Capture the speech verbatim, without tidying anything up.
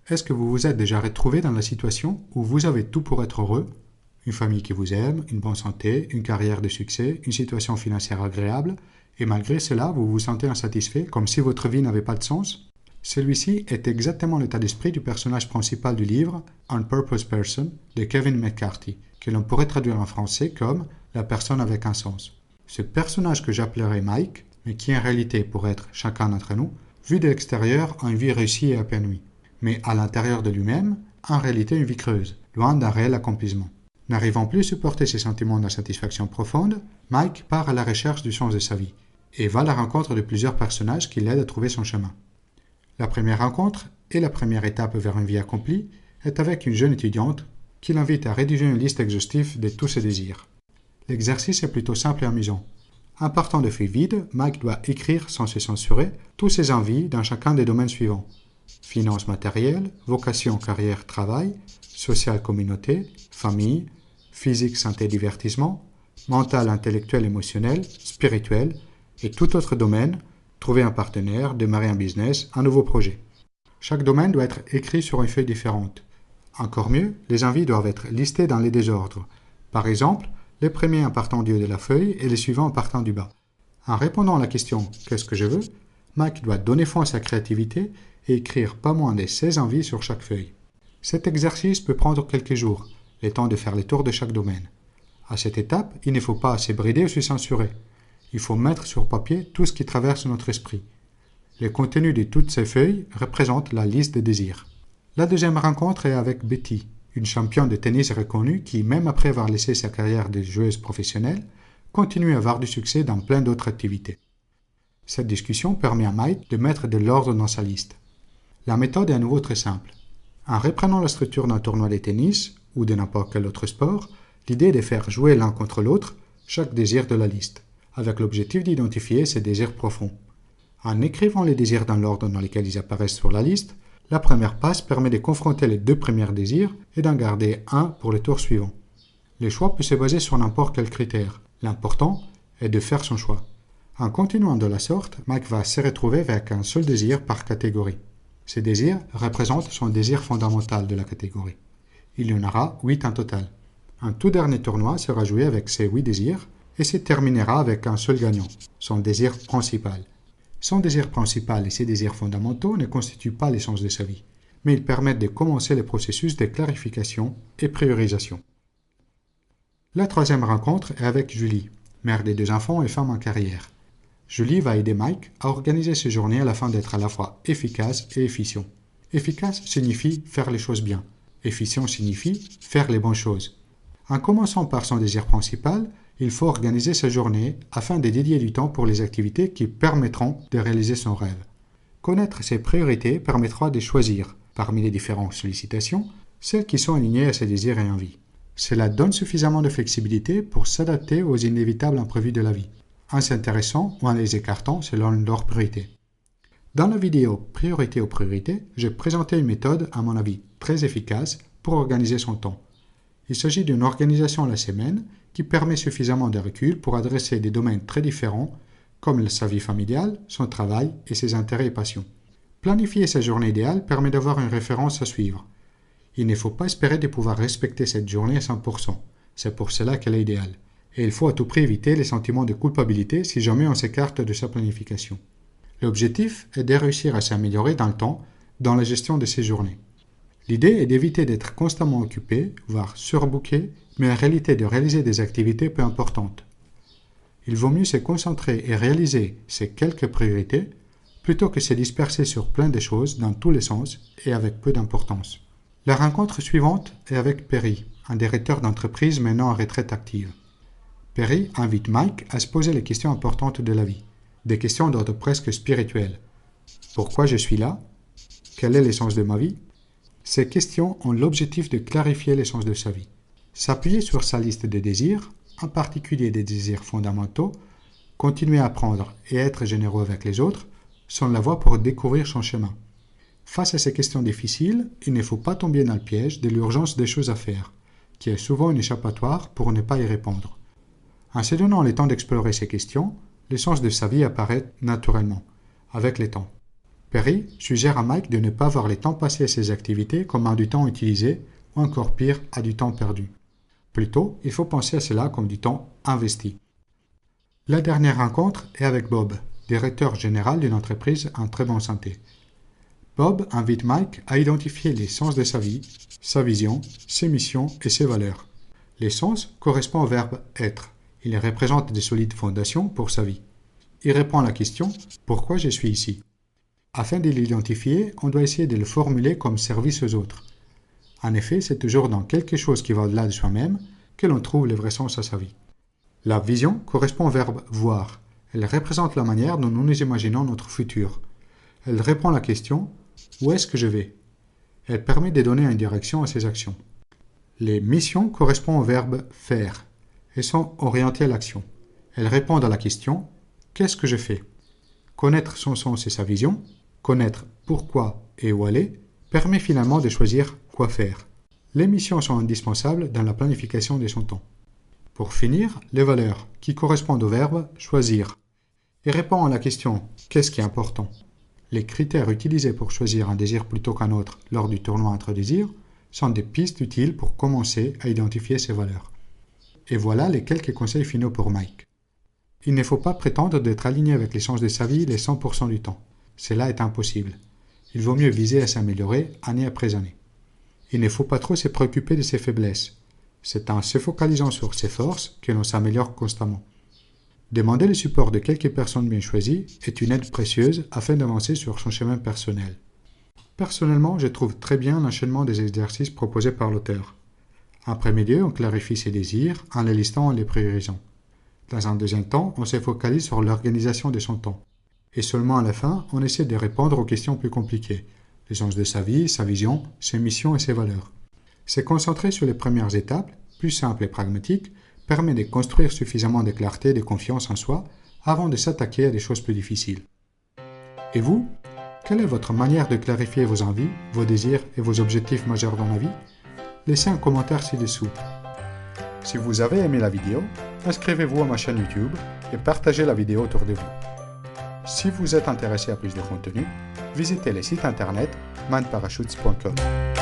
Est-ce que vous vous êtes déjà retrouvé dans la situation où vous avez tout pour être heureux? Une famille qui vous aime, une bonne santé, une carrière de succès, une situation financière agréable, et malgré cela, vous vous sentez insatisfait, comme si votre vie n'avait pas de sens? Celui-ci est exactement l'état d'esprit du personnage principal du livre On Purpose Person de Kevin McCarthy, que l'on pourrait traduire en français comme la personne avec un sens. Ce personnage que j'appellerai Mike, mais qui en réalité pourrait être chacun d'entre nous, vu de l'extérieur a une vie réussie et épanouie, mais à l'intérieur de lui-même, en réalité une vie creuse, loin d'un réel accomplissement. N'arrivant plus à supporter ses sentiments d'insatisfaction profonde, Mike part à la recherche du sens de sa vie, et va à la rencontre de plusieurs personnages qui l'aident à trouver son chemin. La première rencontre, et la première étape vers une vie accomplie, est avec une jeune étudiante qui l'invite à rédiger une liste exhaustive de tous ses désirs. L'exercice est plutôt simple et amusant. En partant de feuilles vides, Mike doit écrire sans se censurer toutes ses envies dans chacun des domaines suivants: finances matérielles, vocation, carrière, travail, social, communauté, famille, physique, santé, divertissement, mental, intellectuel, émotionnel, spirituel, et tout autre domaine, trouver un partenaire, démarrer un business, un nouveau projet. Chaque domaine doit être écrit sur une feuille différente. Encore mieux, les envies doivent être listées dans les désordres. Par exemple, les premiers en partant du haut de la feuille et les suivants en partant du bas. En répondant à la question « Qu'est-ce que je veux ?», Mike doit donner fond à sa créativité et écrire pas moins de seize envies sur chaque feuille. Cet exercice peut prendre quelques jours, le temps de faire le tour de chaque domaine. À cette étape, il ne faut pas se brider ou se censurer. Il faut mettre sur papier tout ce qui traverse notre esprit. Le contenu de toutes ces feuilles représente la liste des désirs. La deuxième rencontre est avec Betty, une championne de tennis reconnue qui, même après avoir laissé sa carrière de joueuse professionnelle, continue à avoir du succès dans plein d'autres activités. Cette discussion permet à Mike de mettre de l'ordre dans sa liste. La méthode est à nouveau très simple. En reprenant la structure d'un tournoi de tennis ou de n'importe quel autre sport, l'idée est de faire jouer l'un contre l'autre chaque désir de la liste, avec l'objectif d'identifier ces désirs profonds. En écrivant les désirs dans l'ordre dans lequel ils apparaissent sur la liste, la première passe permet de confronter les deux premiers désirs et d'en garder un pour le tour suivant. Le choix peut se baser sur n'importe quel critère. L'important est de faire son choix. En continuant de la sorte, Mike va se retrouver avec un seul désir par catégorie. Ces désirs représentent son désir fondamental de la catégorie. Il y en aura huit en total. Un tout dernier tournoi sera joué avec ces huit désirs et se terminera avec un seul gagnant, son désir principal. Son désir principal et ses désirs fondamentaux ne constituent pas l'essence de sa vie, mais ils permettent de commencer le processus de clarification et priorisation. La troisième rencontre est avec Julie, mère des deux enfants et femme en carrière. Julie va aider Mike à organiser ses journées à la fin d'être à la fois efficace et efficient. Efficace signifie faire les choses bien. Efficient signifie faire les bonnes choses. En commençant par son désir principal, il faut organiser sa journée afin de dédier du temps pour les activités qui permettront de réaliser son rêve. Connaître ses priorités permettra de choisir, parmi les différentes sollicitations, celles qui sont alignées à ses désirs et envies. Cela donne suffisamment de flexibilité pour s'adapter aux inévitables imprévus de la vie, en s'intéressant ou en les écartant selon leurs priorités. Dans la vidéo Priorité aux priorités, j'ai présenté une méthode, à mon avis, très efficace pour organiser son temps. Il s'agit d'une organisation à la semaine qui permet suffisamment de recul pour adresser des domaines très différents comme sa vie familiale, son travail et ses intérêts et passions. Planifier sa journée idéale permet d'avoir une référence à suivre. Il ne faut pas espérer de pouvoir respecter cette journée à cent pour cent. C'est pour cela qu'elle est idéale. Et il faut à tout prix éviter les sentiments de culpabilité si jamais on s'écarte de sa planification. L'objectif est de réussir à s'améliorer dans le temps dans la gestion de ses journées. L'idée est d'éviter d'être constamment occupé, voire surbooké, mais en réalité de réaliser des activités peu importantes. Il vaut mieux se concentrer et réaliser ces quelques priorités plutôt que se disperser sur plein de choses dans tous les sens et avec peu d'importance. La rencontre suivante est avec Perry, un directeur d'entreprise menant en retraite active. Perry invite Mike à se poser les questions importantes de la vie, des questions d'ordre presque spirituel. Pourquoi je suis là? Quel est l'essence de ma vie? Ces questions ont l'objectif de clarifier l'essence de sa vie. S'appuyer sur sa liste de désirs, en particulier des désirs fondamentaux, continuer à apprendre et être généreux avec les autres, sont la voie pour découvrir son chemin. Face à ces questions difficiles, il ne faut pas tomber dans le piège de l'urgence des choses à faire, qui est souvent une échappatoire pour ne pas y répondre. En se donnant le temps d'explorer ces questions, l'essence de sa vie apparaît naturellement, avec le temps. Perry suggère à Mike de ne pas voir les temps passés à ses activités comme à du temps utilisé ou encore pire, à du temps perdu. Plutôt, il faut penser à cela comme du temps investi. La dernière rencontre est avec Bob, directeur général d'une entreprise en très bonne santé. Bob invite Mike à identifier les sens de sa vie, sa vision, ses missions et ses valeurs. Les sens correspondent au verbe « être ». Il représente des solides fondations pour sa vie. Il répond à la question « Pourquoi je suis ici ?» Afin de l'identifier, on doit essayer de le formuler comme service aux autres. En effet, c'est toujours dans quelque chose qui va au-delà de soi-même que l'on trouve le vrai sens à sa vie. La vision correspond au verbe « voir ». Elle représente la manière dont nous nous imaginons notre futur. Elle répond à la question « Où est-ce que je vais ?» Elle permet de donner une direction à ses actions. Les missions correspondent au verbe « faire ». Elles sont orientées à l'action. Elles répondent à la question « Qu'est-ce que je fais ?» Connaître son sens et sa vision, connaître pourquoi et où aller, permet finalement de choisir quoi faire. Les missions sont indispensables dans la planification de son temps. Pour finir, les valeurs, qui correspondent au verbe « choisir ». Et répondent à la question « Qu'est-ce qui est important ?» Les critères utilisés pour choisir un désir plutôt qu'un autre lors du tournoi entre désirs sont des pistes utiles pour commencer à identifier ces valeurs. Et voilà les quelques conseils finaux pour Mike. Il ne faut pas prétendre d'être aligné avec les sens de sa vie les cent pour cent du temps. Cela est impossible. Il vaut mieux viser à s'améliorer année après année. Il ne faut pas trop se préoccuper de ses faiblesses. C'est en se focalisant sur ses forces que l'on s'améliore constamment. Demander le support de quelques personnes bien choisies est une aide précieuse afin d'avancer sur son chemin personnel. Personnellement, je trouve très bien l'enchaînement des exercices proposés par l'auteur. En premier lieu, on clarifie ses désirs en les listant et les priorisant. Dans un deuxième temps, on se focalise sur l'organisation de son temps. Et seulement à la fin, on essaie de répondre aux questions plus compliquées, le sens de sa vie, sa vision, ses missions et ses valeurs. Se concentrer sur les premières étapes, plus simples et pragmatiques, permet de construire suffisamment de clarté et de confiance en soi avant de s'attaquer à des choses plus difficiles. Et vous, quelle est votre manière de clarifier vos envies, vos désirs et vos objectifs majeurs dans la vie? Laissez un commentaire ci-dessous. Si vous avez aimé la vidéo, inscrivez-vous à ma chaîne YouTube et partagez la vidéo autour de vous. Si vous êtes intéressé à plus de contenu, visitez le site internet mind parachutes point com.